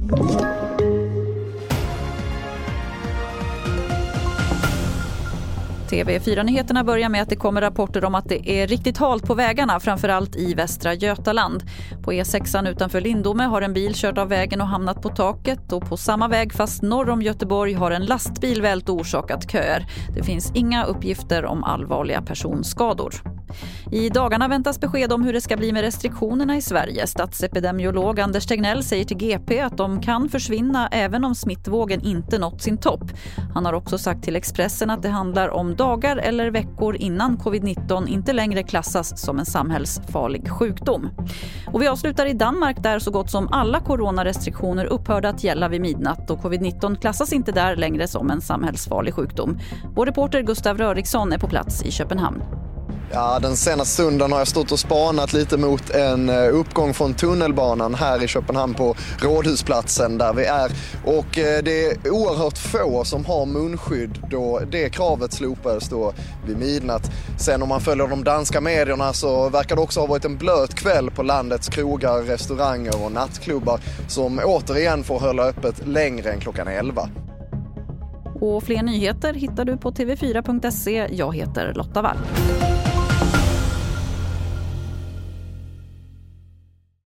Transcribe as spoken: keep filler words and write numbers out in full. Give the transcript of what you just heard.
T V fyra-nyheterna börjar med att det kommer rapporter om att det är riktigt halt på vägarna, framförallt i Västra Götaland. På E sexan utanför Lindome har en bil kört av vägen och hamnat på taket, och på samma väg fast norr om Göteborg har en lastbil vält och orsakat köer. Det finns inga uppgifter om allvarliga personskador. I dagarna väntas besked om hur det ska bli med restriktionerna i Sverige. Statsepidemiolog Anders Tegnell säger till G P att de kan försvinna även om smittvågen inte nått sin topp. Han har också sagt till Expressen att det handlar om dagar eller veckor innan covid nitton inte längre klassas som en samhällsfarlig sjukdom. Och vi avslutar i Danmark där så gott som alla coronarestriktioner upphörde att gälla vid midnatt, och covid nitton klassas inte där längre som en samhällsfarlig sjukdom. Vår reporter Gustav Röriksson är på plats i Köpenhamn. Ja, den senaste stunden har jag stått och spanat lite mot en uppgång från tunnelbanan här i Köpenhamn på Rådhusplatsen där vi är. Och det är oerhört få som har munskydd då det kravet slopades då vid midnatt. Sen om man följer de danska medierna så verkar det också ha varit en blöt kväll på landets krogar, restauranger och nattklubbar som återigen får hålla öppet längre än klockan elva. Och fler nyheter hittar du på t v fyra punkt se. Jag heter Lotta Wall.